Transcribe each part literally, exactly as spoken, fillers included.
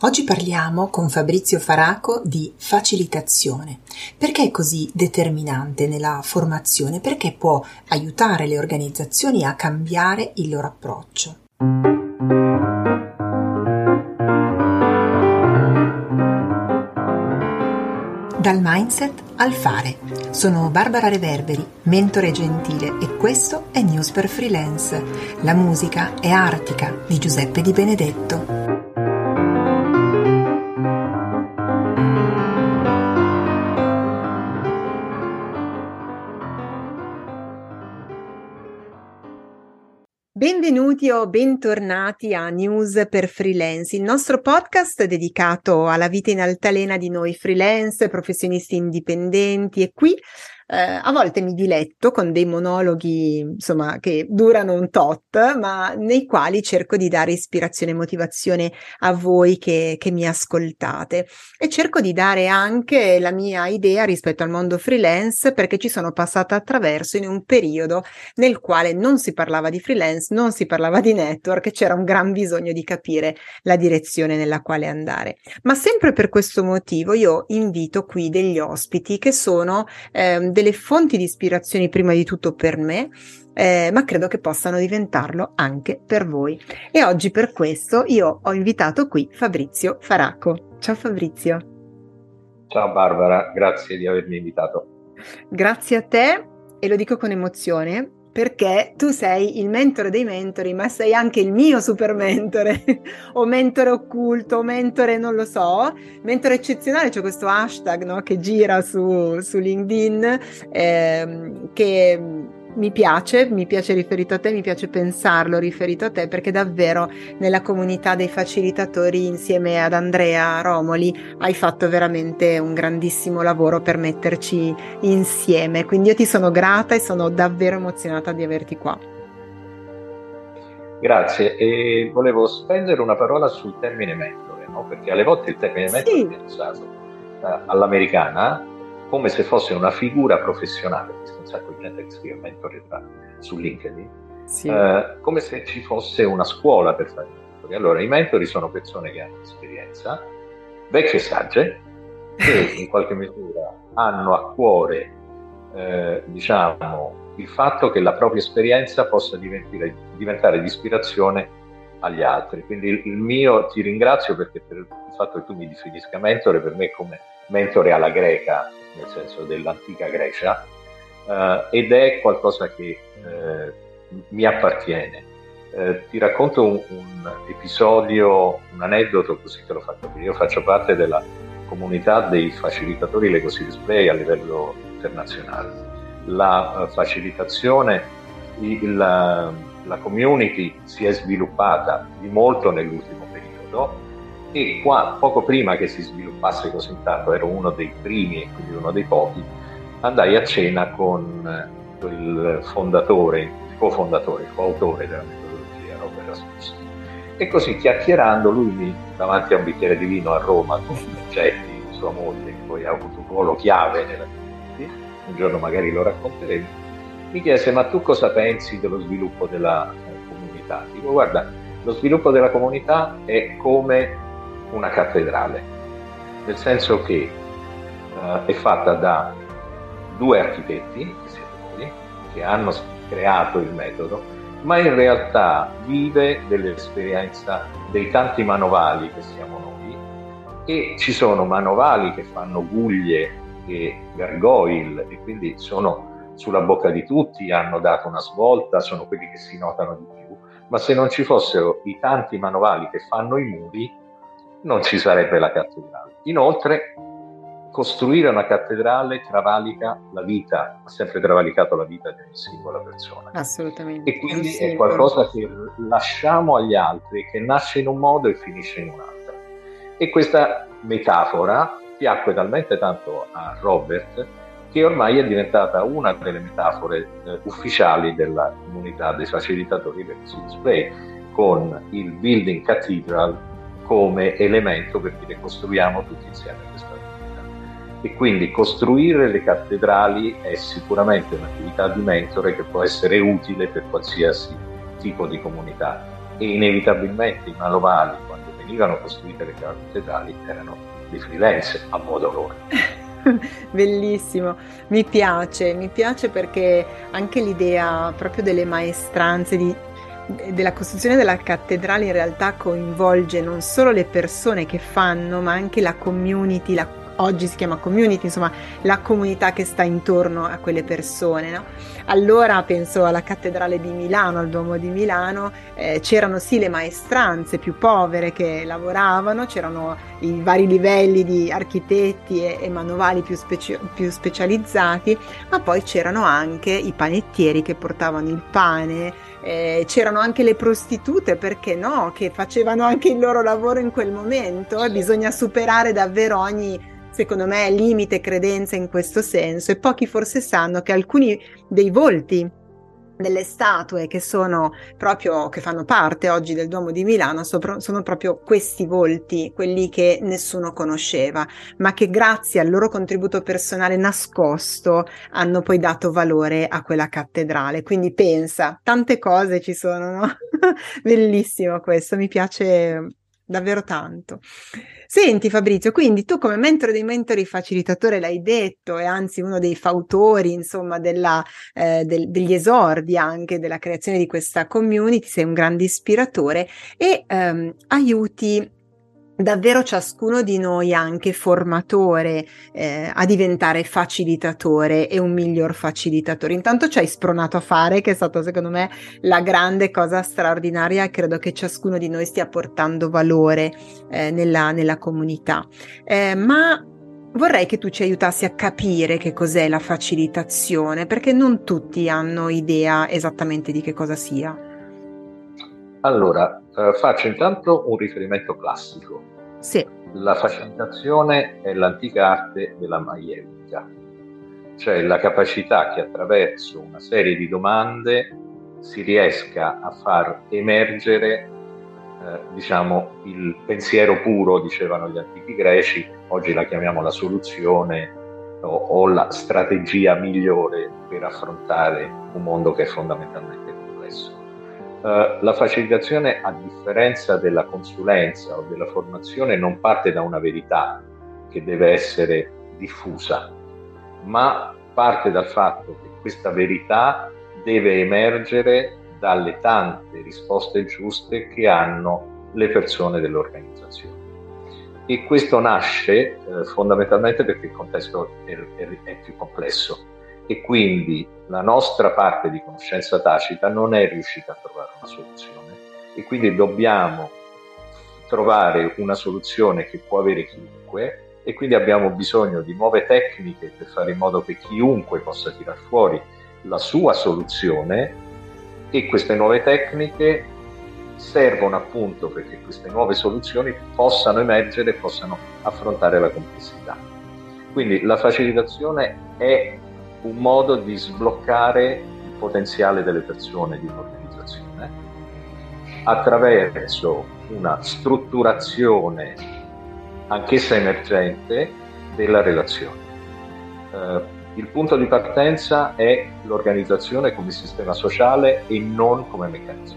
Oggi parliamo con Fabrizio Faraco di facilitazione. Perché è così determinante nella formazione? Perché può aiutare le organizzazioni a cambiare il loro approccio? Dal mindset al fare. Sono Barbara Reverberi, mentore gentile, e questo è News per Freelance. La musica è Artica di Giuseppe Di Benedetto. Benvenuti o bentornati a News per Freelance, il nostro podcast dedicato alla vita in altalena di noi freelance, professionisti indipendenti, e qui eh, a volte mi diletto con dei monologhi, insomma, che durano un tot, ma nei quali cerco di dare ispirazione e motivazione a voi che, che mi ascoltate, e cerco di dare anche la mia idea rispetto al mondo freelance, perché ci sono passata attraverso in un periodo nel quale non si parlava di freelance, non si parlava di network, c'era un gran bisogno di capire la direzione nella quale andare. Ma sempre per questo motivo io invito qui degli ospiti che sono eh, delle fonti di ispirazione prima di tutto per me, eh, ma credo che possano diventarlo anche per voi. E oggi per questo io ho invitato qui Fabrizio Faraco. Ciao Fabrizio. Ciao Barbara, grazie di avermi invitato. Grazie a te, e lo dico con emozione, perché tu sei il mentore dei mentori, ma sei anche il mio super mentore, o mentore occulto, o mentore non lo so, mentore eccezionale. C'è questo hashtag, no, che gira su, su LinkedIn, ehm, che mi piace, mi piace riferito a te, mi piace pensarlo riferito a te, perché davvero nella comunità dei facilitatori, insieme ad Andrea Romoli, hai fatto veramente un grandissimo lavoro per metterci insieme. Quindi io ti sono grata e sono davvero emozionata di averti qua. Grazie, e volevo spendere una parola sul termine mentore, no? Perché alle volte il termine mentore Sì. viene usato eh, all'americana come se fosse una figura professionale. C'è un sacco di gente che scrive mentore su LinkedIn, Sì. eh, come se ci fosse una scuola per fare mentori. Allora, i mentori sono persone che hanno esperienza, vecchie e sagge, che in qualche misura hanno a cuore, eh, diciamo, il fatto che la propria esperienza possa diventare, diventare di ispirazione agli altri. Quindi il, il mio ti ringrazio, perché per il fatto che tu mi definisca mentore, per me è come mentore alla greca, nel senso dell'antica Grecia, eh, ed è qualcosa che eh, mi appartiene. Eh, ti racconto un, un episodio, un aneddoto, così te lo faccio capire. Io faccio parte della comunità dei facilitatori Legacy Display a livello internazionale. La uh, facilitazione, il, la, la community si è sviluppata di molto nell'ultimo periodo, e qua, poco prima che si sviluppasse così tanto, ero uno dei primi e quindi uno dei pochi, andai a cena con il fondatore, il cofondatore, il coautore della metodologia, Robert Rasmussen. E così, chiacchierando, lui mi, davanti a un bicchiere di vino a Roma con Getti, sua moglie, che poi ha avuto un ruolo chiave nella community, un giorno magari lo racconteremo, mi chiese: ma tu cosa pensi dello sviluppo della eh, comunità? Dico: guarda, lo sviluppo della comunità è come una cattedrale, nel senso che uh, è fatta da due architetti, che siete voi, che hanno creato il metodo, ma in realtà vive dell'esperienza dei tanti manovali che siamo noi, e ci sono manovali che fanno guglie e gargoyle, e quindi sono sulla bocca di tutti, hanno dato una svolta, sono quelli che si notano di più, ma se non ci fossero i tanti manovali che fanno i muri, non ci sarebbe la cattedrale. Inoltre, costruire una cattedrale travalica la vita, ha sempre travalicato la vita di ogni singola persona. Assolutamente. E quindi è qualcosa che lasciamo agli altri, che nasce in un modo e finisce in un altro. E questa metafora piacque talmente tanto a Robert che ormai è diventata una delle metafore eh, ufficiali della comunità dei facilitatori Legacy Display, con il Building Cathedral come elemento per dire: costruiamo tutti insieme questa comunità. E quindi costruire le cattedrali è sicuramente un'attività di mentore che può essere utile per qualsiasi tipo di comunità, e inevitabilmente i manovali, quando venivano costruite le cattedrali erano di freelance a modo loro. Bellissimo, mi piace, mi piace perché anche l'idea proprio delle maestranze, di, della costruzione della cattedrale in realtà coinvolge non solo le persone che fanno, ma anche la community, la, oggi si chiama community, insomma la comunità che sta intorno a quelle persone, no? Allora penso alla cattedrale di Milano, al Duomo di Milano, eh, c'erano sì le maestranze più povere che lavoravano, c'erano i vari livelli di architetti e, e manovali più, speci- più specializzati, ma poi c'erano anche i panettieri che portavano il pane, eh, c'erano anche le prostitute, perché no, che facevano anche il loro lavoro in quel momento, e bisogna superare davvero ogni, secondo me, limite, credenza in questo senso, e pochi forse sanno che alcuni dei volti delle statue che sono proprio, che fanno parte oggi del Duomo di Milano sopra, sono proprio questi volti, quelli che nessuno conosceva, ma che grazie al loro contributo personale nascosto hanno poi dato valore a quella cattedrale. Quindi pensa, tante cose ci sono, no? Bellissimo questo, mi piace davvero tanto. Senti Fabrizio, quindi tu come mentore dei mentori facilitatore l'hai detto, e anzi uno dei fautori, insomma, della, eh, del, degli esordi anche della creazione di questa community, sei un grande ispiratore e ehm, aiuti davvero ciascuno di noi, anche formatore, eh, a diventare facilitatore e un miglior facilitatore. Intanto ci hai spronato a fare, che è stata secondo me la grande cosa straordinaria, e credo che ciascuno di noi stia portando valore eh, nella, nella comunità. Eh, ma vorrei che tu ci aiutassi a capire che cos'è la facilitazione, perché non tutti hanno idea esattamente di che cosa sia. Allora, eh, faccio intanto un riferimento classico. Sì. La facilitazione è l'antica arte della maieutica, cioè la capacità che attraverso una serie di domande si riesca a far emergere, eh, diciamo, il pensiero puro, dicevano gli antichi greci, oggi la chiamiamo la soluzione o, o la strategia migliore per affrontare un mondo che è fondamentalmente complesso. Uh, la facilitazione, a differenza della consulenza o della formazione, non parte da una verità che deve essere diffusa, ma parte dal fatto che questa verità deve emergere dalle tante risposte giuste che hanno le persone dell'organizzazione. E questo nasce eh, fondamentalmente perché il contesto è, è, è più complesso. E quindi la nostra parte di conoscenza tacita non è riuscita a trovare una soluzione, e quindi dobbiamo trovare una soluzione che può avere chiunque, e quindi abbiamo bisogno di nuove tecniche per fare in modo che chiunque possa tirar fuori la sua soluzione, e queste nuove tecniche servono appunto perché queste nuove soluzioni possano emergere e possano affrontare la complessità. Quindi la facilitazione è un modo di sbloccare il potenziale delle persone di un'organizzazione attraverso una strutturazione, anch'essa emergente, della relazione. Eh, il punto di partenza è l'organizzazione come sistema sociale e non come meccanismo.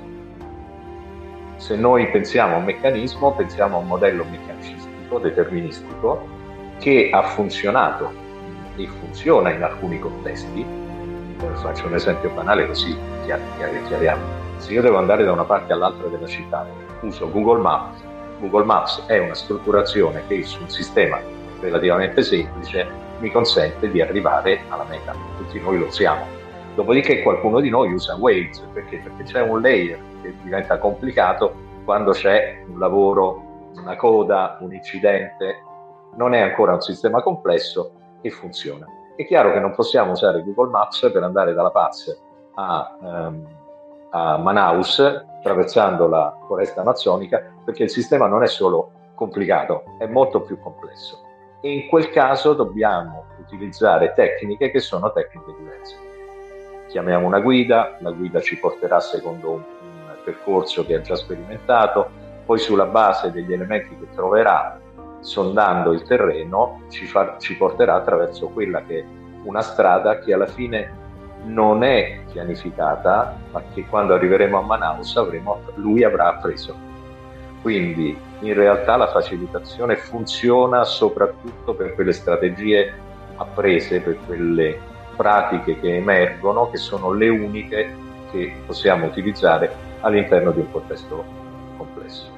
Se noi pensiamo a un meccanismo, pensiamo a un modello meccanicistico, deterministico, che ha funzionato e funziona in alcuni contesti. Faccio un esempio banale così chiariamo. Se io devo andare da una parte all'altra della città, uso Google Maps. Google Maps è una strutturazione che su un sistema relativamente semplice mi consente di arrivare alla meta. Tutti noi lo usiamo. Dopodiché qualcuno di noi usa Waze, perché? Perché c'è un layer che diventa complicato quando c'è un lavoro, una coda, un incidente. Non è ancora un sistema complesso e funziona. È chiaro che non possiamo usare Google Maps per andare dalla Paz a, um, a Manaus, attraversando la foresta amazzonica, perché il sistema non è solo complicato, è molto più complesso. E in quel caso dobbiamo utilizzare tecniche che sono tecniche diverse. Chiamiamo una guida, la guida ci porterà secondo un, un percorso che ha già sperimentato, poi sulla base degli elementi che troverà, sondando il terreno, ci, fa, ci porterà attraverso quella che è una strada che alla fine non è pianificata, ma che quando arriveremo a Manaus avremo, lui avrà preso. Quindi in realtà la facilitazione funziona soprattutto per quelle strategie apprese, per quelle pratiche che emergono, che sono le uniche che possiamo utilizzare all'interno di un contesto complesso.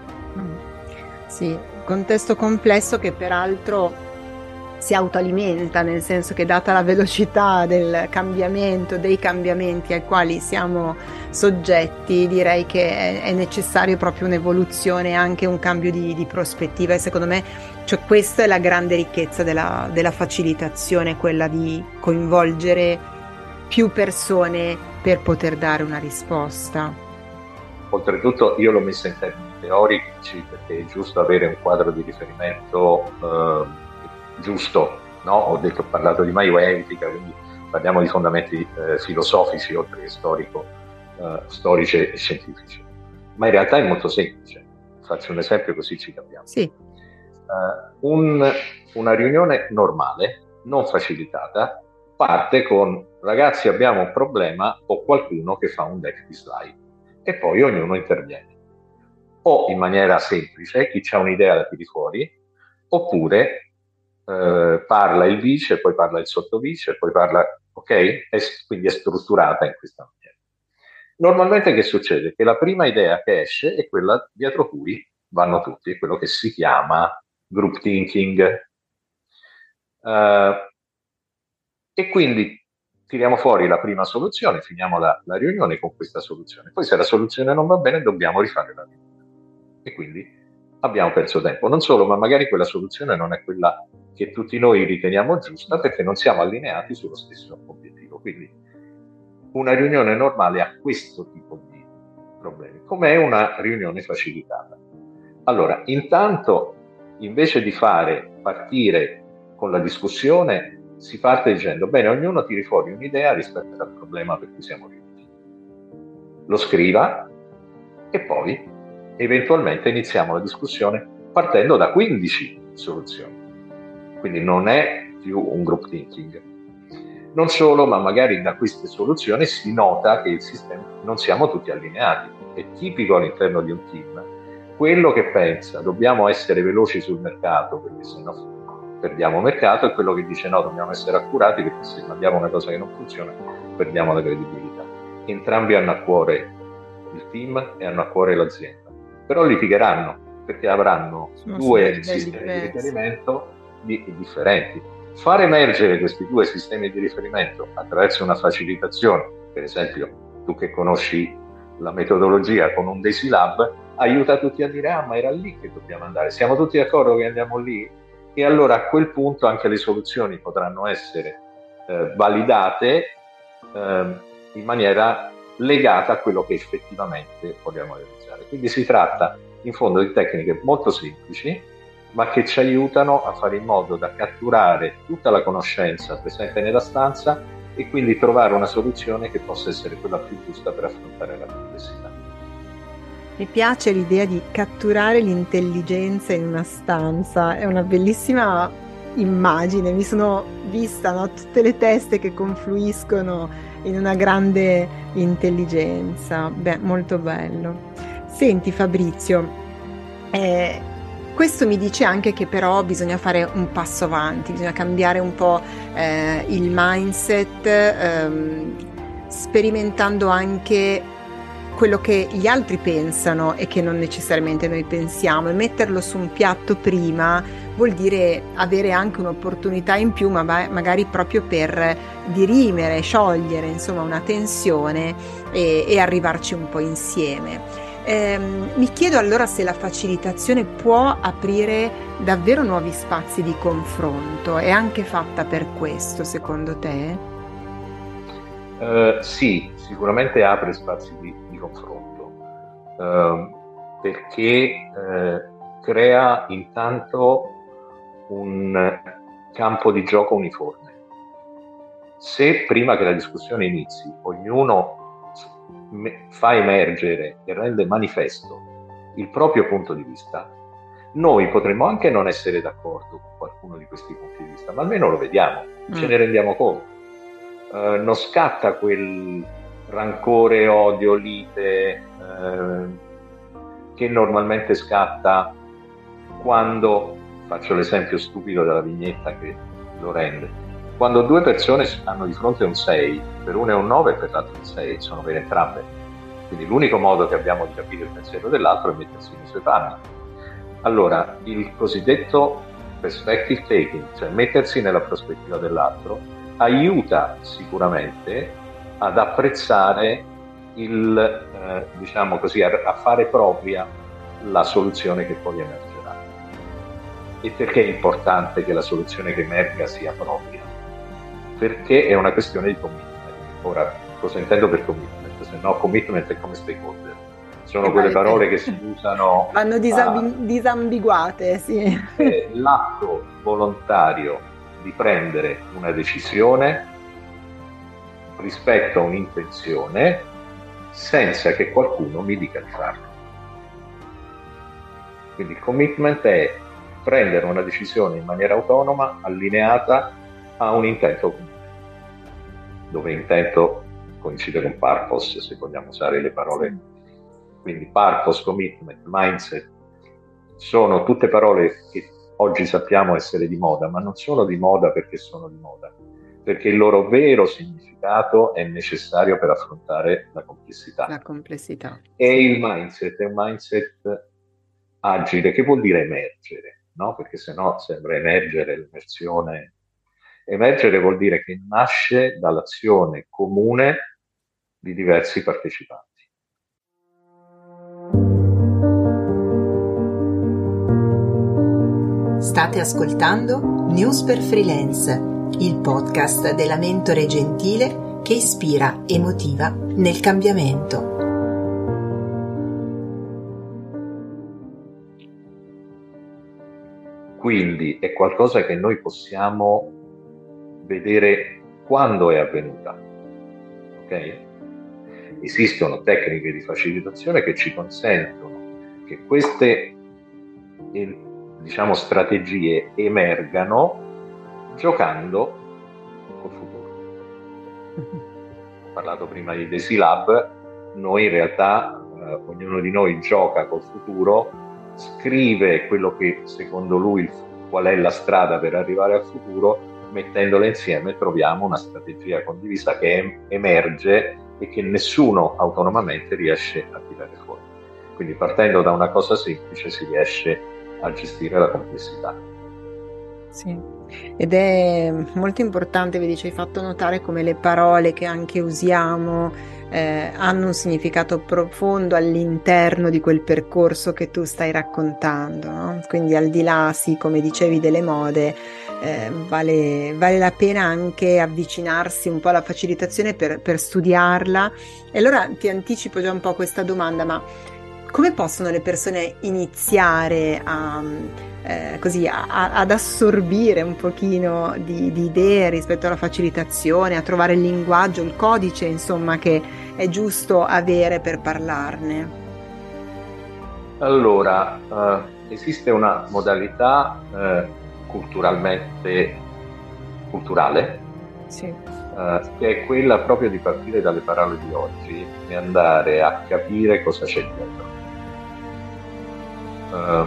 Sì, contesto complesso che peraltro si autoalimenta, nel senso che, data la velocità del cambiamento, dei cambiamenti ai quali siamo soggetti, direi che è, è necessario proprio un'evoluzione, anche un cambio di, di prospettiva, e secondo me, cioè, questa è la grande ricchezza della, della facilitazione, quella di coinvolgere più persone per poter dare una risposta. Oltretutto io l'ho messa in termini teorici perché è giusto avere un quadro di riferimento eh, giusto, no? Ho detto, ho parlato di maieutica, quindi parliamo di fondamenti eh, filosofici oltre che storico, eh, storici e scientifici. Ma in realtà è molto semplice. Faccio un esempio così ci capiamo. Sì. Uh, un, una riunione normale, non facilitata, parte con: ragazzi, abbiamo un problema, o qualcuno che fa un deck di slide, e poi ognuno interviene. O in maniera semplice, chi ha un'idea la tiri fuori, oppure eh, parla il vice, poi parla il sottovice, poi parla, ok? E quindi è strutturata in questa maniera. Normalmente che succede? Che la prima idea che esce è quella dietro cui vanno tutti, è quello che si chiama group thinking. Uh, e quindi tiriamo fuori la prima soluzione, finiamo la, la riunione con questa soluzione. Poi se la soluzione non va bene dobbiamo rifare la riunione. E quindi abbiamo perso tempo. Non solo, ma magari quella soluzione non è quella che tutti noi riteniamo giusta, perché non siamo allineati sullo stesso obiettivo. Quindi una riunione normale ha questo tipo di problemi. Com'è una riunione facilitata? Allora, intanto, invece di fare partire con la discussione, si parte dicendo: bene, ognuno tiri fuori un'idea rispetto al problema per cui siamo riuniti, lo scriva e poi eventualmente iniziamo la discussione partendo da quindici soluzioni. Quindi non è più un group thinking. Non solo, ma magari da queste soluzioni si nota che il sistema non siamo tutti allineati. È tipico all'interno di un team quello che pensa dobbiamo essere veloci sul mercato perché sennò perdiamo mercato, e quello che dice no, dobbiamo essere accurati perché se mandiamo una cosa che non funziona perdiamo la credibilità. Entrambi hanno a cuore il team e hanno a cuore l'azienda, però litigheranno perché avranno Sono due sistemi diversi. di riferimento di, differenti. Far emergere questi due sistemi di riferimento attraverso una facilitazione, per esempio tu che conosci la metodologia con un Daisy Lab, aiuta tutti a dire: ah, ma era lì che dobbiamo andare, siamo tutti d'accordo che andiamo lì? E allora a quel punto anche le soluzioni potranno essere eh, validate eh, in maniera legata a quello che effettivamente vogliamo realizzare. Quindi si tratta in fondo di tecniche molto semplici, ma che ci aiutano a fare in modo da catturare tutta la conoscenza presente nella stanza e quindi trovare una soluzione che possa essere quella più giusta per affrontare la complessità. Mi piace l'idea di catturare l'intelligenza in una stanza, è una bellissima immagine, mi sono vista, no? Tutte le teste che confluiscono in una grande intelligenza. Beh, molto bello. Senti Fabrizio, eh, questo mi dice anche che però bisogna fare un passo avanti, bisogna cambiare un po' eh, il mindset, ehm, sperimentando anche quello che gli altri pensano e che non necessariamente noi pensiamo, e metterlo su un piatto prima vuol dire avere anche un'opportunità in più, ma magari proprio per dirimere, sciogliere insomma una tensione e, e arrivarci un po' insieme. Ehm, mi chiedo allora se la facilitazione può aprire davvero nuovi spazi di confronto. È anche fatta per questo, secondo te? Uh, sì, sicuramente apre spazi di, di confronto, uh, perché uh, crea intanto un campo di gioco uniforme. Se prima che la discussione inizi ognuno fa emergere e rende manifesto il proprio punto di vista, noi potremmo anche non essere d'accordo con qualcuno di questi punti di vista, ma almeno lo vediamo, mm. ce ne rendiamo conto. Uh, non scatta quel rancore, odio, lite uh, che normalmente scatta quando, faccio l'esempio stupido della vignetta che lo rende, quando due persone hanno di fronte un sei, per uno è un nove e per l'altro un sei, sono per entrambe. Quindi l'unico modo che abbiamo di capire il pensiero dell'altro è mettersi nei suoi panni. Allora, il cosiddetto perspective taking, cioè mettersi nella prospettiva dell'altro, aiuta sicuramente ad apprezzare il, eh, diciamo così, a, a fare propria la soluzione che poi emergerà. E perché è importante che la soluzione che emerga sia propria? Perché è una questione di commitment. Ora, cosa intendo per commitment? Se no, commitment è come stakeholder. Sono e quelle parole che si usano... Vanno disab- disambiguate, sì. È l'atto volontario di prendere una decisione rispetto a un'intenzione senza che qualcuno mi dica di farlo. Quindi il commitment è prendere una decisione in maniera autonoma, allineata a un intento comune, dove intento coincide con purpose, se vogliamo usare le parole. Quindi purpose, commitment, mindset sono tutte parole che oggi sappiamo essere di moda, ma non sono di moda perché sono di moda, perché il loro vero significato è necessario per affrontare la complessità. La complessità. E il mindset è un mindset agile, che vuol dire emergere, no? Perché sennò sembra emergere l'emersione. Emergere vuol dire che nasce dall'azione comune di diversi partecipanti. State ascoltando News per Freelance, il podcast della mentore gentile che ispira e motiva nel cambiamento. Quindi è qualcosa che noi possiamo vedere quando è avvenuta. Ok? Esistono tecniche di facilitazione che ci consentono che queste, diciamo, strategie emergano giocando col futuro. Ho parlato prima di Daisy Lab, noi in realtà, eh, ognuno di noi gioca col futuro, scrive quello che secondo lui qual è la strada per arrivare al futuro, mettendole insieme troviamo una strategia condivisa che emerge e che nessuno autonomamente riesce a tirare fuori. Quindi partendo da una cosa semplice si riesce a gestire la complessità. Sì, ed è molto importante, vedi, ci hai fatto notare come le parole che anche usiamo eh, hanno un significato profondo all'interno di quel percorso che tu stai raccontando, no? Quindi al di là, sì, come dicevi, delle mode, eh, vale, vale la pena anche avvicinarsi un po' alla facilitazione per, per studiarla. E allora ti anticipo già un po' questa domanda, ma come possono le persone iniziare a, eh, così, a, ad assorbire un pochino di, di idee rispetto alla facilitazione, a trovare il linguaggio, il codice, insomma, che è giusto avere per parlarne? Allora, eh, esiste una modalità eh, culturalmente culturale, sì. eh, che è quella proprio di partire dalle parole di oggi e andare a capire cosa c'è dietro. Uh,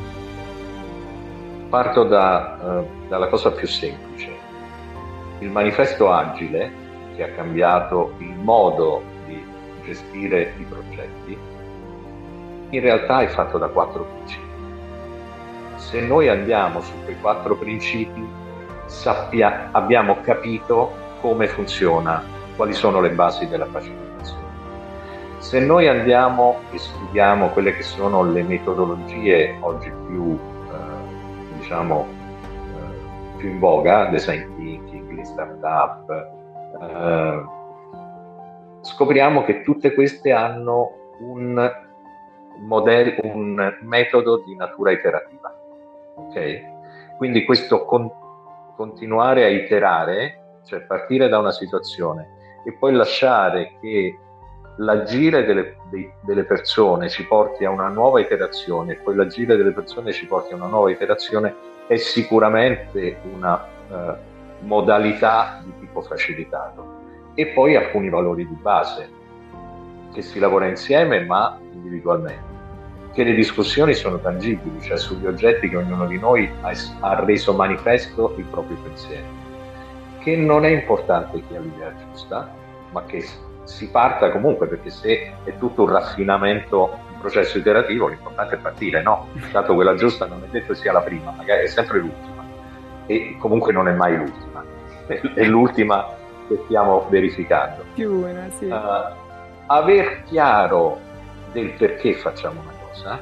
parto da, uh, dalla cosa più semplice. Il manifesto agile, che ha cambiato il modo di gestire i progetti, in realtà è fatto da quattro principi. Se noi andiamo su quei quattro principi, sappia, abbiamo capito come funziona, quali sono le basi della facilitazione. Se noi andiamo e studiamo quelle che sono le metodologie oggi più, eh, diciamo, eh, più in voga, design thinking, le startup, eh, scopriamo che tutte queste hanno un modello, un metodo di natura iterativa. Okay? Quindi questo con, continuare a iterare, cioè partire da una situazione e poi lasciare che l'agire delle, delle persone ci porti a una nuova iterazione e poi l'agire delle persone ci porti a una nuova iterazione è sicuramente una uh, modalità di tipo facilitato. E poi alcuni valori di base, che si lavora insieme ma individualmente. che le discussioni sono tangibili, cioè sugli oggetti che ognuno di noi ha, ha reso manifesto il proprio pensiero, che non è importante chi ha l'idea giusta, ma che si parta comunque, perché se è tutto un raffinamento, un processo iterativo, l'importante è partire, no? Tanto quella giusta non è detto sia la prima, magari è sempre l'ultima, e comunque non è mai l'ultima, è l'ultima che stiamo verificando. Più una, sì. Uh, aver chiaro del perché facciamo una cosa,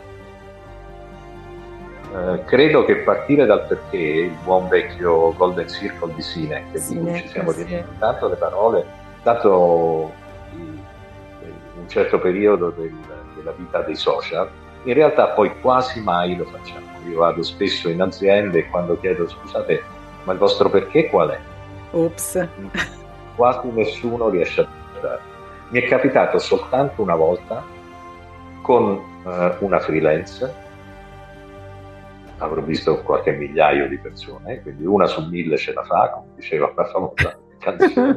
uh, credo che partire dal perché, il buon vecchio Golden Circle di Sinek, Sinek, di cui ci siamo sì. dimenticati le parole, dato un certo periodo del, della vita dei social, in realtà poi quasi mai lo facciamo. Io vado spesso in aziende e quando chiedo scusate, ma il vostro perché qual è? Ops. Quasi nessuno riesce a dare. Mi è capitato soltanto una volta con uh, una freelance, avrò visto qualche migliaio di persone, quindi una su mille ce la fa, come diceva la famosa canzone.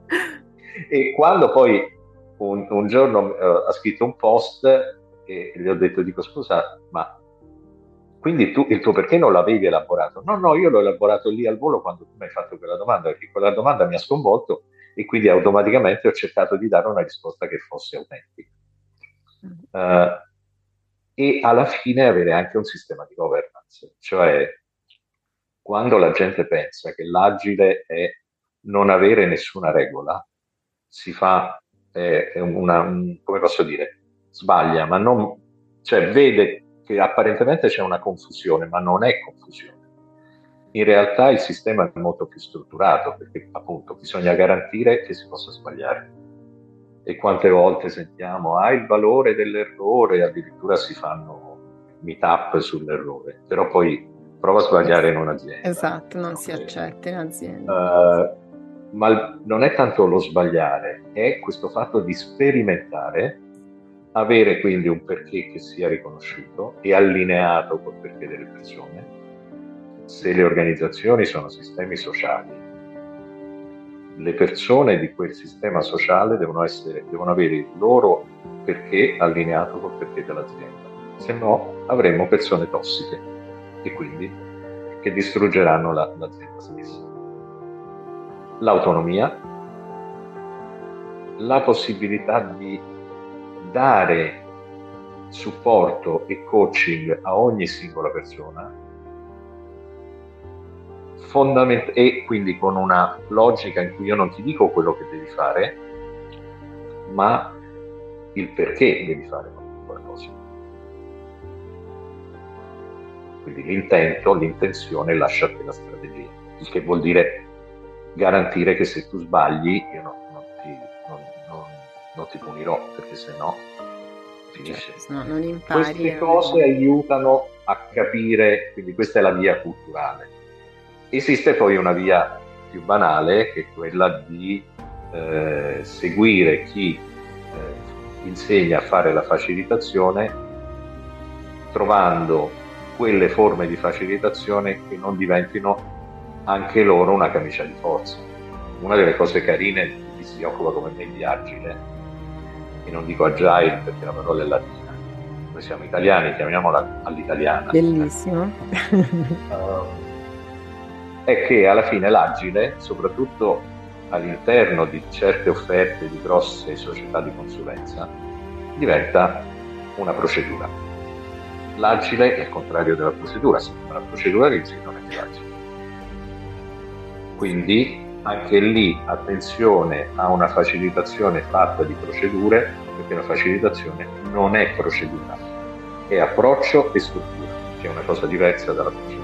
E quando poi un, un giorno uh, ha scritto un post e gli ho detto, dico scusa, ma quindi tu il tuo perché non l'avevi elaborato? No, no, io l'ho elaborato lì al volo quando tu mi hai fatto quella domanda, perché quella domanda mi ha sconvolto e quindi automaticamente ho cercato di dare una risposta che fosse autentica. Uh, e alla fine avere anche un sistema di governance, cioè quando la gente pensa che l'agile è non avere nessuna regola, si fa eh, una, un, come posso dire, sbaglia, ma non, cioè vede che apparentemente c'è una confusione, ma non è confusione. In realtà il sistema è molto più strutturato, perché appunto bisogna garantire che si possa sbagliare. E quante volte sentiamo, ah, il valore dell'errore, addirittura si fanno meet-up sull'errore, però poi prova a sbagliare in un'azienda. Esatto, non okay. si accetta in azienda. Uh, ma non è tanto lo sbagliare, è questo fatto di sperimentare, avere quindi un perché che sia riconosciuto e allineato col perché delle persone. Se le organizzazioni sono sistemi sociali, le persone di quel sistema sociale devono essere, devono avere il loro perché allineato col perché dell'azienda, se no avremo persone tossiche e quindi che distruggeranno la, l'azienda stessa. L'autonomia, la possibilità di dare supporto e coaching a ogni singola persona, fondament- e quindi con una logica in cui io non ti dico quello che devi fare, ma il perché devi fare qualcosa. Quindi l'intento, l'intenzione lascia a te la strategia, il che vuol dire garantire che se tu sbagli io non, non, ti, non, non, non ti punirò, perché se no finisce. Cioè, no, non impari. Queste cose non... aiutano a capire, quindi questa è la via culturale. Esiste poi una via più banale, che è quella di eh, seguire chi eh, insegna a fare la facilitazione, trovando quelle forme di facilitazione che non diventino anche loro una camicia di forza. Una delle cose carine di chi si occupa come me di agile, e non dico agile perché la parola è latina, noi siamo italiani, chiamiamola all'italiana. Bellissimo. uh, è che alla fine l'agile, soprattutto all'interno di certe offerte di grosse società di consulenza, diventa una procedura. L'agile è il contrario della procedura, sembra una procedura che non è l'agile. Quindi anche lì attenzione a una facilitazione fatta di procedure, perché la facilitazione non è procedura, è approccio e struttura, che è una cosa diversa dalla procedura.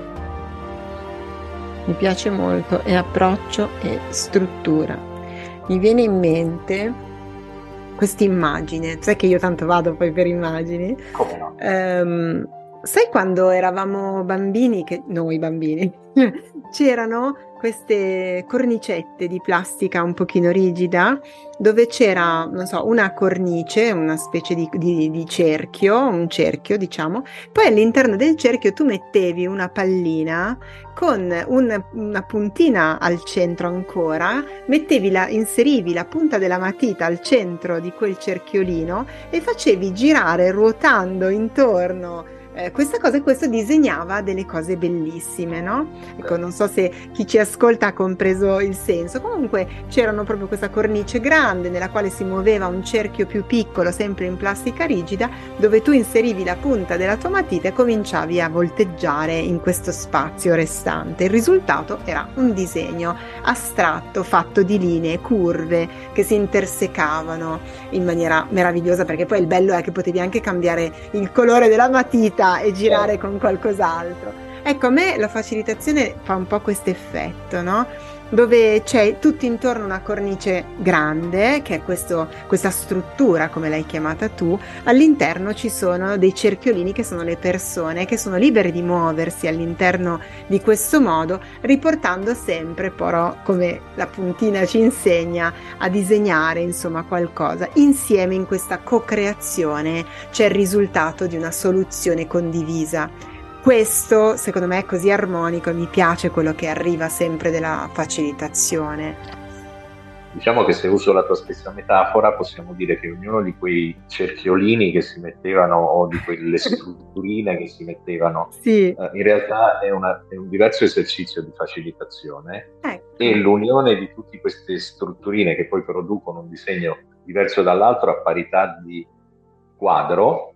Mi piace molto, è approccio e struttura. Mi viene in mente questa immagine, sai che io tanto vado poi per immagini. Come no? Um, sai quando eravamo bambini, che noi bambini, c'erano queste cornicette di plastica un pochino rigida dove c'era, non so, una cornice, una specie di, di, di cerchio, un cerchio diciamo, poi all'interno del cerchio tu mettevi una pallina con un, una puntina al centro ancora, mettevi la, inserivi la punta della matita al centro di quel cerchiolino e facevi girare ruotando intorno Eh, questa cosa, e questo disegnava delle cose bellissime, no? Ecco, non so se chi ci ascolta ha compreso il senso. Comunque c'erano proprio questa cornice grande nella quale si muoveva un cerchio più piccolo, sempre in plastica rigida, dove tu inserivi la punta della tua matita e cominciavi a volteggiare in questo spazio restante. Il risultato era un disegno astratto fatto di linee, curve che si intersecavano in maniera meravigliosa, perché poi il bello è che potevi anche cambiare il colore della matita e girare con qualcos'altro. Ecco, a me la facilitazione fa un po' questo effetto, no? Dove c'è tutto intorno una cornice grande, che è questo, questa struttura, come l'hai chiamata tu, all'interno ci sono dei cerchiolini che sono le persone, che sono libere di muoversi all'interno di questo modo, riportando sempre però, come la puntina ci insegna, a disegnare insomma qualcosa. Insieme in questa co-creazione c'è il risultato di una soluzione condivisa. Questo secondo me è così armonico e mi piace quello che arriva sempre della facilitazione. Diciamo che, se uso la tua stessa metafora, possiamo dire che ognuno di quei cerchiolini che si mettevano o di quelle strutturine che si mettevano, sì. eh, in realtà è, una, è un diverso esercizio di facilitazione, ecco. E l'unione di tutte queste strutturine che poi producono un disegno diverso dall'altro a parità di quadro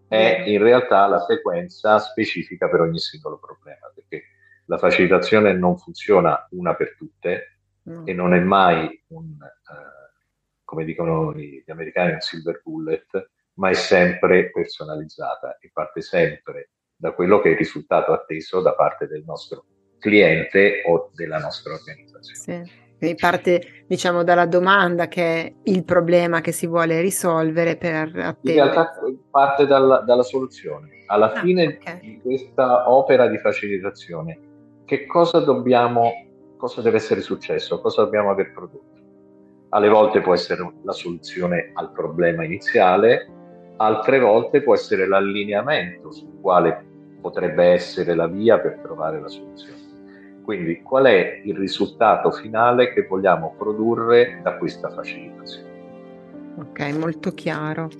è in realtà la sequenza specifica per ogni singolo problema, perché la facilitazione non funziona una per tutte mm. e non è mai un, uh, come dicono gli americani, un silver bullet, ma è sempre personalizzata e parte sempre da quello che è il risultato atteso da parte del nostro cliente o della nostra organizzazione. Sì. Quindi parte, diciamo, dalla domanda, che è il problema che si vuole risolvere, per attendere. In realtà parte dalla, dalla soluzione. Alla ah, fine okay. di questa opera di facilitazione, che cosa dobbiamo, cosa deve essere successo, cosa dobbiamo aver prodotto? Alle volte può essere la soluzione al problema iniziale, altre volte può essere l'allineamento su quale potrebbe essere la via per trovare la soluzione. Quindi qual è il risultato finale che vogliamo produrre da questa facilitazione? Ok, molto chiaro.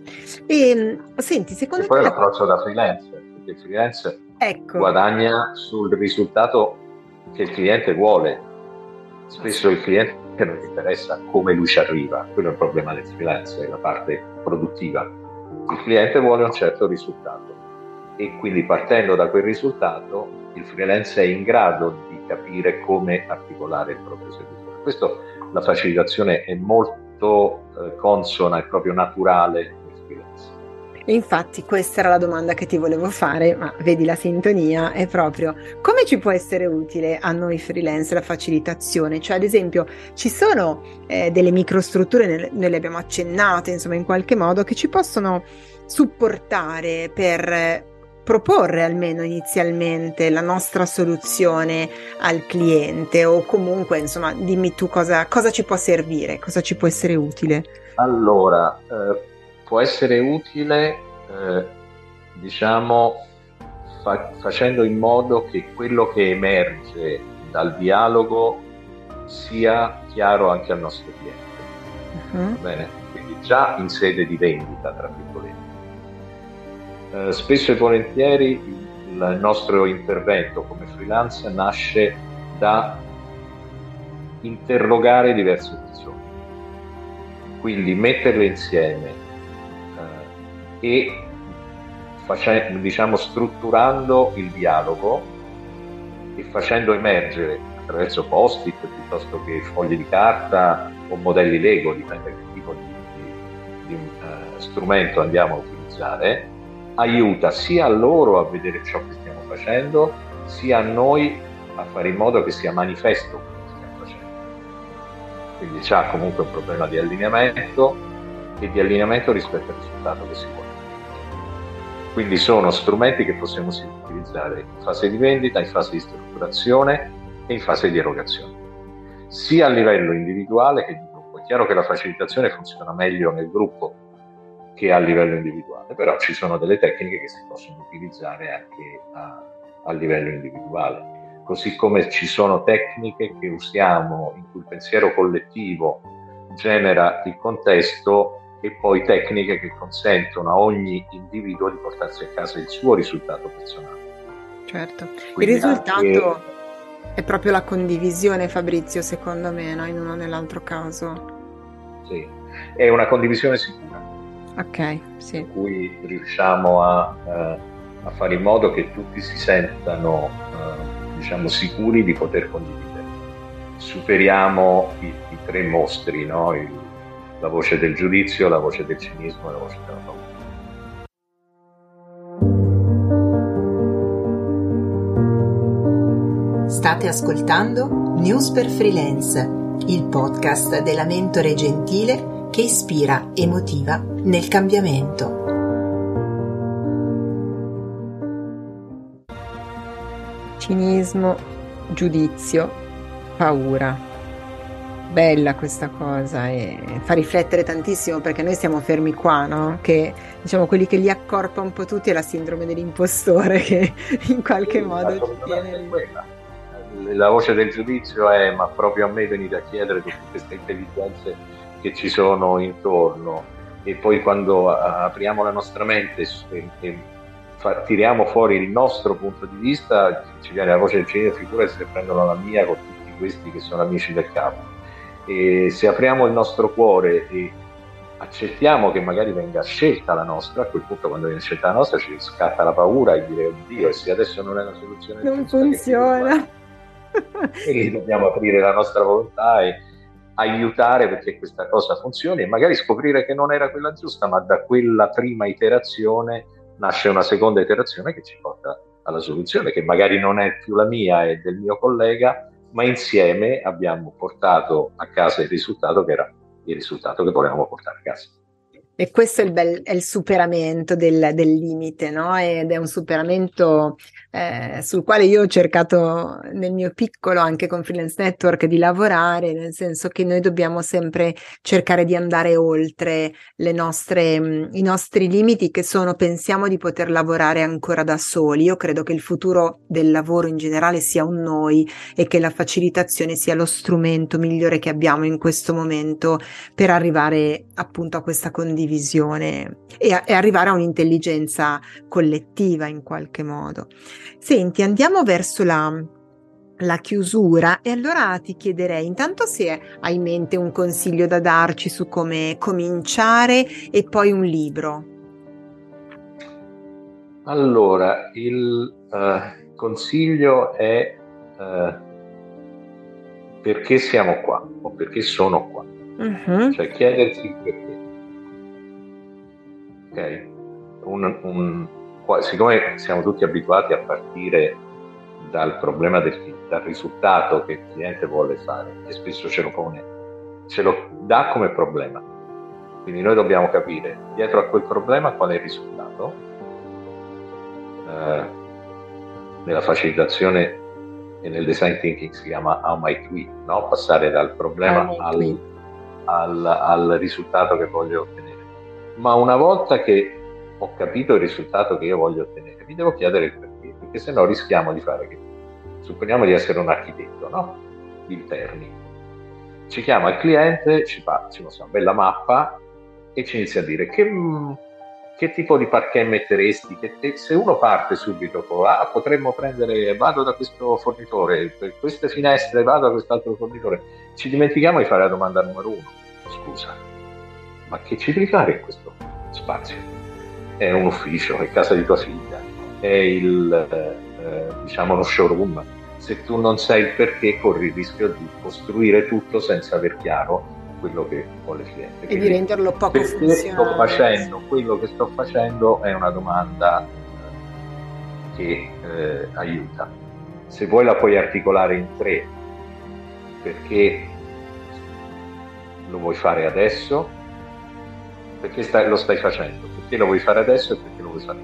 E senti, secondo e poi te... l'approccio da freelance, perché il freelance ecco. guadagna sul risultato che il cliente vuole. Spesso il cliente non gli interessa come lui ci arriva, quello è il problema del freelance, è la parte produttiva. Il cliente vuole un certo risultato e quindi, partendo da quel risultato, il freelance è in grado di capire come articolare il proprio servizio. Questo, la facilitazione è molto eh, consona e proprio naturale nel freelance. Infatti questa era la domanda che ti volevo fare, ma vedi, la sintonia è proprio: come ci può essere utile a noi freelance la facilitazione? Cioè, ad esempio, ci sono eh, delle microstrutture, noi le abbiamo accennate insomma in qualche modo, che ci possono supportare per eh, proporre almeno inizialmente la nostra soluzione al cliente, o comunque insomma dimmi tu cosa, cosa ci può servire, cosa ci può essere utile. Allora, eh, può essere utile eh, diciamo fa- facendo in modo che quello che emerge dal dialogo sia chiaro anche al nostro cliente. Uh-huh. Va bene? Quindi già in sede di vendita, tra virgolette. Eh, spesso e volentieri il nostro intervento come freelance nasce da interrogare diverse persone, quindi metterle insieme eh, e facendo, diciamo, strutturando il dialogo e facendo emergere attraverso post-it piuttosto che fogli di carta o modelli Lego, dipende che tipo di, di, di uh, strumento andiamo a utilizzare, aiuta sia a loro a vedere ciò che stiamo facendo, sia a noi a fare in modo che sia manifesto quello che stiamo facendo. Quindi c'è comunque un problema di allineamento e di allineamento rispetto al risultato che si vuole. Quindi sono strumenti che possiamo utilizzare in fase di vendita, in fase di strutturazione e in fase di erogazione. sia a livello individuale che di gruppo. È chiaro che la facilitazione funziona meglio nel gruppo che a livello individuale, però ci sono delle tecniche che si possono utilizzare anche a, a livello individuale, così come ci sono tecniche che usiamo in cui il pensiero collettivo genera il contesto e poi tecniche che consentono a ogni individuo di portarsi a casa il suo risultato personale. Certo, Quindi il risultato anche... è proprio la condivisione, Fabrizio, secondo me, no? In uno o nell'altro caso. Sì, è una condivisione sicura. Ok, sì. In cui riusciamo a, eh, a fare in modo che tutti si sentano, eh, diciamo, sicuri di poter condividere. Superiamo i, i tre mostri, no? Il, la voce del giudizio, la voce del cinismo e la voce della paura. State ascoltando News per Freelance, il podcast della mentore gentile che ispira e motiva nel cambiamento. Cinismo, giudizio, paura. Bella questa cosa e fa riflettere tantissimo, perché noi stiamo fermi qua, no? Che diciamo quelli che li accorpa un po' tutti è la sindrome dell'impostore che in qualche sì, modo ci tiene. Quella. La voce del giudizio è: ma proprio a me venite a chiedere tutte queste intelligenze che ci sono intorno? E poi quando apriamo la nostra mente e, e fa, tiriamo fuori il nostro punto di vista, ci viene la voce del cinismo: figurati se prendono la mia con tutti questi che sono amici del capo. E se apriamo il nostro cuore e accettiamo che magari venga scelta la nostra, a quel punto, quando viene scelta la nostra, ci scatta la paura e dire: oddio, e se adesso non è la soluzione non funziona. E lì dobbiamo aprire la nostra volontà e aiutare perché questa cosa funzioni, e magari scoprire che non era quella giusta, ma da quella prima iterazione nasce una seconda iterazione che ci porta alla soluzione, che magari non è più la mia e del mio collega, ma insieme abbiamo portato a casa il risultato che era il risultato che volevamo portare a casa. E questo è il, bel, è il superamento del, del limite, no? Ed è un superamento eh, sul quale io ho cercato nel mio piccolo, anche con Freelance Network, di lavorare, nel senso che noi dobbiamo sempre cercare di andare oltre le nostre, i nostri limiti, che sono: pensiamo di poter lavorare ancora da soli. Io credo che il futuro del lavoro in generale sia un noi e che la facilitazione sia lo strumento migliore che abbiamo in questo momento per arrivare appunto a questa condivisione e, a, e arrivare a un'intelligenza collettiva in qualche modo. Senti, andiamo verso la, la chiusura, e allora ti chiederei intanto se hai in mente un consiglio da darci su come cominciare, e poi un libro. Allora, il uh, consiglio è uh, perché siamo qua o perché sono qua. Uh-huh. Cioè chiedersi il perché. Ok? Un, un, siccome siamo tutti abituati a partire dal problema del dal risultato che il cliente vuole fare, e spesso ce lo pone, ce lo dà come problema. Quindi noi dobbiamo capire dietro a quel problema qual è il risultato. Eh, nella facilitazione e nel design thinking si chiama how might we, no? Passare dal problema al, al, al risultato che voglio ottenere. Ma una volta che ho capito il risultato che io voglio ottenere, mi devo chiedere il perché, perché se no rischiamo di fare che, supponiamo di essere un architetto, no? Interni. Ci chiama il cliente, ci fa, ci fa una bella mappa e ci inizia a dire che, che tipo di parquet metteresti, che, e se uno parte subito con ah, potremmo prendere, vado da questo fornitore, per queste finestre vado da quest'altro fornitore, ci dimentichiamo di fare la domanda numero uno: scusa, ma che ci devi fare in questo spazio? È un ufficio, è casa di tua figlia, è il eh, diciamo uno showroom. Se tu non sai il perché, corri il rischio di costruire tutto senza aver chiaro quello che vuole il cliente. E quindi, di renderlo poco perché funzionale. Sto facendo quello che sto facendo è una domanda che eh, aiuta. Se vuoi la puoi articolare in tre: perché lo vuoi fare adesso, perché stai, lo stai facendo, perché lo vuoi fare adesso e perché lo vuoi fare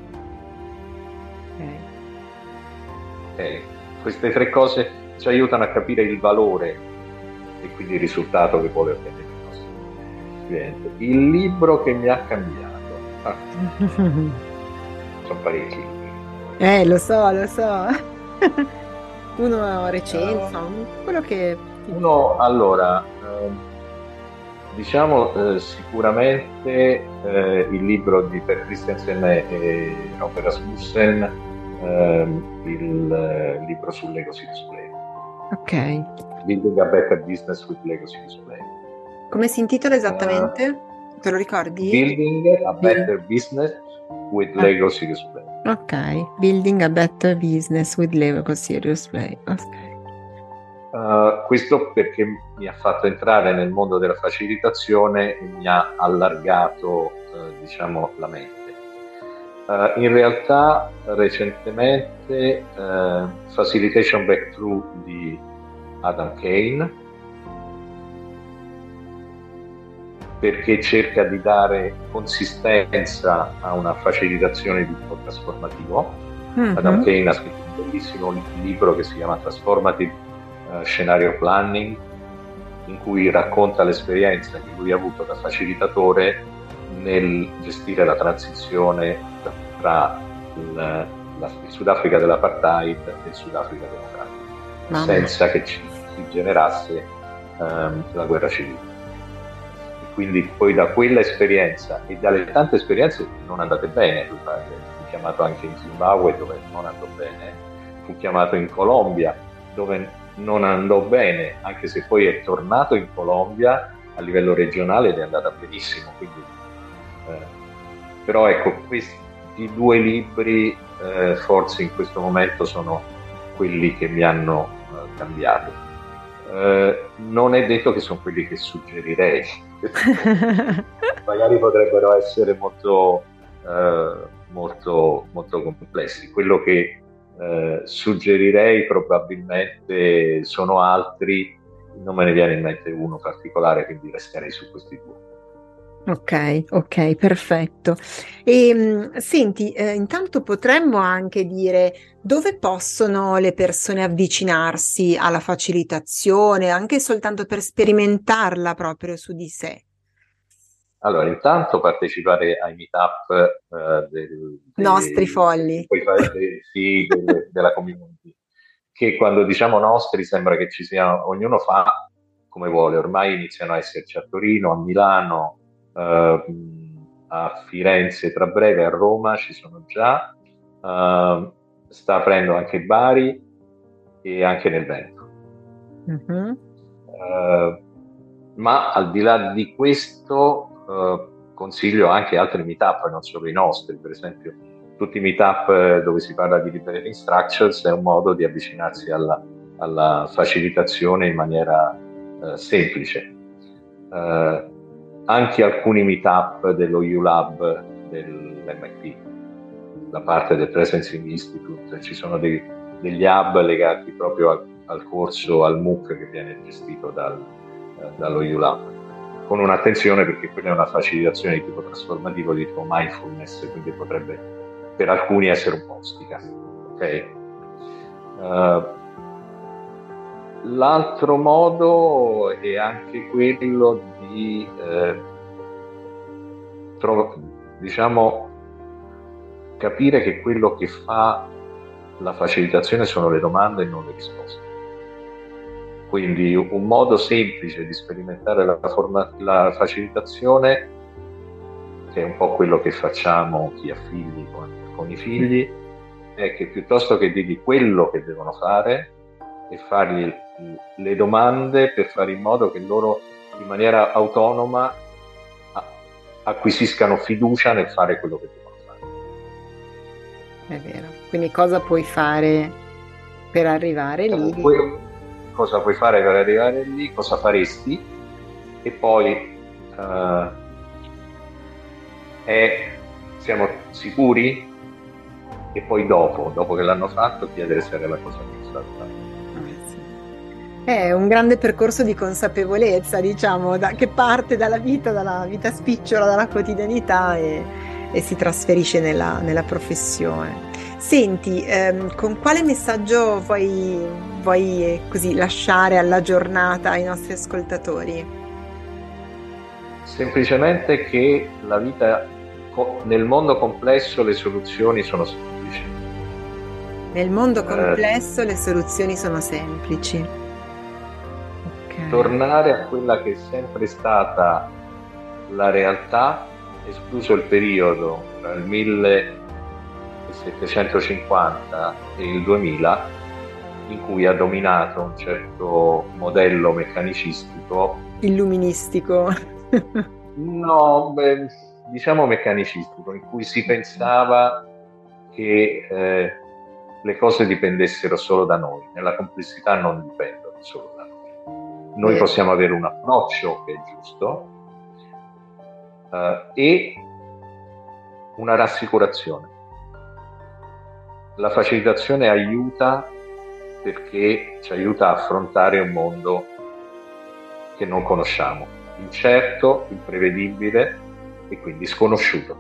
okay. Okay. Queste tre cose ci aiutano a capire il valore e quindi il risultato che vuole ottenere il nostro cliente. Il libro che mi ha cambiato, ah, sono parecchi. Eh, lo so, lo so. Uno recente, uh, quello che... Uno, allora, eh, diciamo eh, sicuramente eh, il libro di Per Christensen e Robert Rasmussen, eh, il eh, libro sull'Ego-Ego Display. Ok. Building a Better Business with Ego-Ego Display. Come si intitola esattamente? Uh, Te lo ricordi? Building a Better Build. Business with ah. Ego-Ego Display. Ok, Building a Better Business with Ego-Ego Display. Ok. Uh, questo perché mi ha fatto entrare nel mondo della facilitazione e mi ha allargato, uh, diciamo, la mente. Uh, in realtà, recentemente, uh, Facilitation Breakthrough di Adam Kane, perché cerca di dare consistenza a una facilitazione di tipo trasformativo. Mm-hmm. Adam Kane ha scritto un bellissimo libro che si chiama Transformative Scenario Planning, in cui racconta l'esperienza che lui ha avuto da facilitatore nel gestire la transizione tra il, la, il Sudafrica dell'apartheid e il Sudafrica democratico, Mamma. senza che ci si generasse um, la guerra civile. E quindi poi da quella esperienza e dalle tante esperienze non andate bene, lui fu chiamato anche in Zimbabwe dove non andò bene, fu chiamato in Colombia dove non andò bene, anche se poi è tornato in Colombia a livello regionale ed è andata benissimo. Quindi, eh, però ecco, questi due libri eh, forse in questo momento sono quelli che mi hanno eh, cambiato. Eh, non è detto che sono quelli che suggerirei, magari potrebbero essere molto, eh, molto, molto complessi. Quello che Eh, suggerirei probabilmente sono altri, non me ne viene in mente uno particolare, quindi resterei su questi due. Ok, ok, perfetto. E mh, senti, eh, intanto potremmo anche dire dove possono le persone avvicinarsi alla facilitazione, anche soltanto per sperimentarla proprio su di sé. Allora, intanto partecipare ai meetup eh, del, nostri dei, folli dei, sì, del, della community, che quando diciamo nostri sembra che ci sia, ognuno fa come vuole, ormai iniziano a esserci a Torino, a Milano, eh, a Firenze tra breve, a Roma ci sono già, eh, sta aprendo anche Bari e anche nel Veneto. Mm-hmm. Eh, ma al di là di questo Uh, consiglio anche altri meetup, non solo i nostri. Per esempio, tutti i meetup uh, dove si parla di liberating structures è un modo di avvicinarsi alla, alla facilitazione in maniera uh, semplice. Uh, anche alcuni meetup dello U Lab dell'M I T, da parte del Presencing Institute, ci sono dei, degli hub legati proprio al, al corso, al MOOC che viene gestito dal, uh, dallo U Lab, con un'attenzione perché quella è una facilitazione di tipo trasformativo, di tipo mindfulness, quindi potrebbe per alcuni essere un po' ostica. Okay? Uh, l'altro modo è anche quello di eh, tro- diciamo capire che quello che fa la facilitazione sono le domande e non le risposte. Quindi un modo semplice di sperimentare la, forma- la facilitazione, che è un po' quello che facciamo chi ha figli con, con i figli, è che piuttosto che dirgli quello che devono fare e fargli le domande per fare in modo che loro in maniera autonoma acquisiscano fiducia nel fare quello che devono fare. È vero. Quindi cosa puoi fare per arrivare lì? Que- cosa puoi fare per arrivare lì? Cosa faresti? E poi uh, è, siamo sicuri? E poi dopo, dopo che l'hanno fatto, chiedere se era la cosa giusta. È un grande percorso di consapevolezza, diciamo, da, che parte dalla vita, dalla vita spicciola, dalla quotidianità e, e si trasferisce nella, nella professione. Senti, ehm, con quale messaggio vuoi, vuoi eh, così lasciare alla giornata ai nostri ascoltatori? Semplicemente che la vita, co- nel mondo complesso le soluzioni sono semplici. Nel mondo Eh, complesso le soluzioni sono semplici. Ok. tornare a quella che è sempre stata la realtà, escluso il periodo tra il millesettecentocinquanta e il duemila, in cui ha dominato un certo modello meccanicistico, Illuministico. no, beh, diciamo meccanicistico, in cui si pensava che eh, le cose dipendessero solo da noi. Nella complessità non dipendono solo da noi. Noi Vero. possiamo avere un approccio che è giusto eh, e una rassicurazione. La facilitazione aiuta perché ci aiuta a affrontare un mondo che non conosciamo, incerto, imprevedibile e quindi sconosciuto.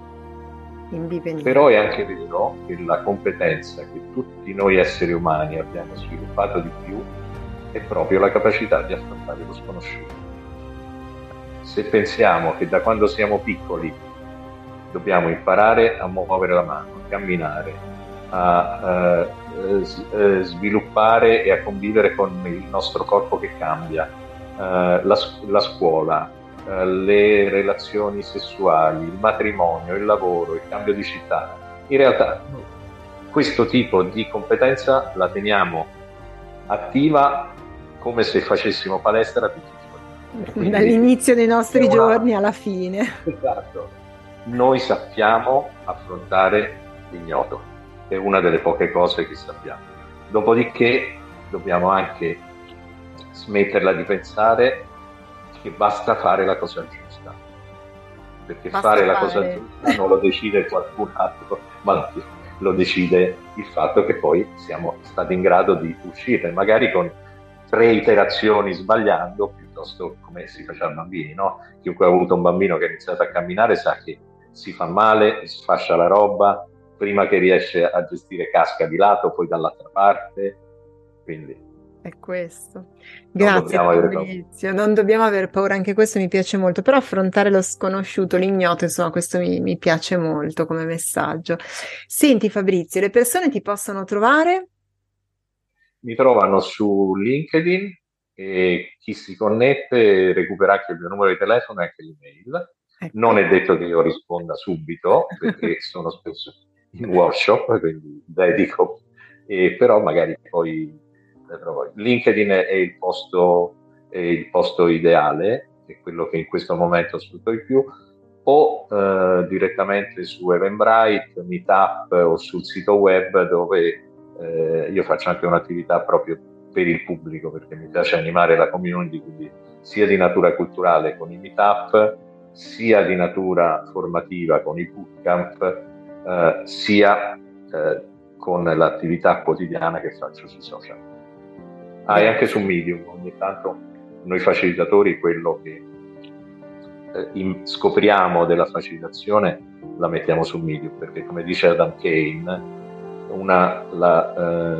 Però è anche vero che la competenza che tutti noi esseri umani abbiamo sviluppato di più è proprio la capacità di affrontare lo sconosciuto. Se pensiamo che da quando siamo piccoli dobbiamo imparare a muovere la mano, a camminare, a eh, eh, sviluppare e a convivere con il nostro corpo che cambia, eh, la, la scuola, eh, le relazioni sessuali, il matrimonio, il lavoro, il cambio di città, in realtà questo tipo di competenza la teniamo attiva come se facessimo palestra tutti i giorni. Quindi, dall'inizio dei nostri una... giorni alla fine. Esatto. Noi sappiamo affrontare l'ignoto, è una delle poche cose che sappiamo. Dopodiché dobbiamo anche smetterla di pensare che basta fare la cosa giusta, perché Basta fare la fare. cosa giusta non lo decide qualcun altro, ma lo decide il fatto che poi siamo stati in grado di uscire, magari con tre iterazioni sbagliando, piuttosto come si faceva ai bambini, no? Chiunque ha avuto un bambino che ha iniziato a camminare sa che si fa male, sfascia la roba, prima che riesce a gestire casca di lato, poi dall'altra parte, quindi è questo. Grazie Fabrizio, non dobbiamo aver paura, anche questo mi piace molto, però affrontare lo sconosciuto, l'ignoto, insomma questo mi, mi piace molto come messaggio. Senti Fabrizio, le persone ti possono trovare? Mi trovano su LinkedIn e chi si connette recupera anche il mio numero di telefono e anche l'email. Ecco. Non è detto che io risponda subito perché sono spesso in workshop, quindi dedico, e però magari poi LinkedIn è il posto, è il posto ideale, è quello che in questo momento sfrutto di più, o eh, direttamente su Eventbrite, Meetup o sul sito web dove eh, io faccio anche un'attività proprio per il pubblico perché mi piace animare la community, quindi sia di natura culturale con i Meetup, sia di natura formativa con i bootcamp, eh, sia eh, con l'attività quotidiana che faccio sui social. Ah, e anche su Medium, ogni tanto noi facilitatori quello che eh, in, scopriamo della facilitazione la mettiamo su Medium, perché come dice Adam Kane, una, la, eh,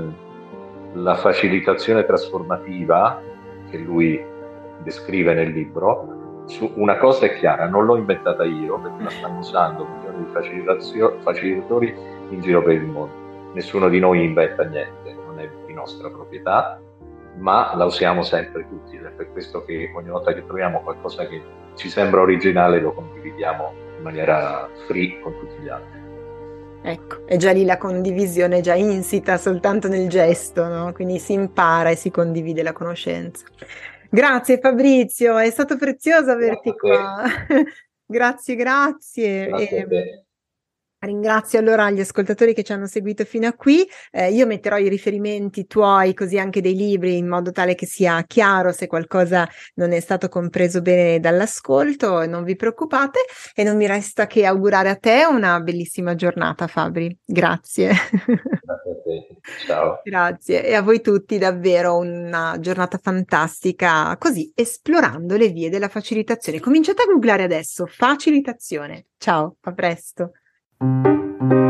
la facilitazione trasformativa che lui descrive nel libro, su una cosa è chiara, non l'ho inventata io perché la stanno usando milioni di facilitatori in giro per il mondo. Nessuno di noi inventa niente, non è di nostra proprietà, ma la usiamo sempre tutti ed è per questo che ogni volta che troviamo qualcosa che ci sembra originale lo condividiamo in maniera free con tutti gli altri. Ecco, è già lì la condivisione, è già insita soltanto nel gesto, no? Quindi si impara e si condivide la conoscenza. Grazie Fabrizio, è stato prezioso averti grazie qua. grazie, grazie. Grazie a te. Ringrazio allora gli ascoltatori che ci hanno seguito fino a qui, eh, io metterò i riferimenti tuoi, così anche dei libri, in modo tale che sia chiaro se qualcosa non è stato compreso bene dall'ascolto, e non vi preoccupate, e non mi resta che augurare a te una bellissima giornata, Fabri. Grazie. Grazie a te. Ciao. Grazie, e a voi tutti davvero una giornata fantastica, così esplorando le vie della facilitazione. Cominciate a googlare adesso, facilitazione. Ciao, a presto. Thank you.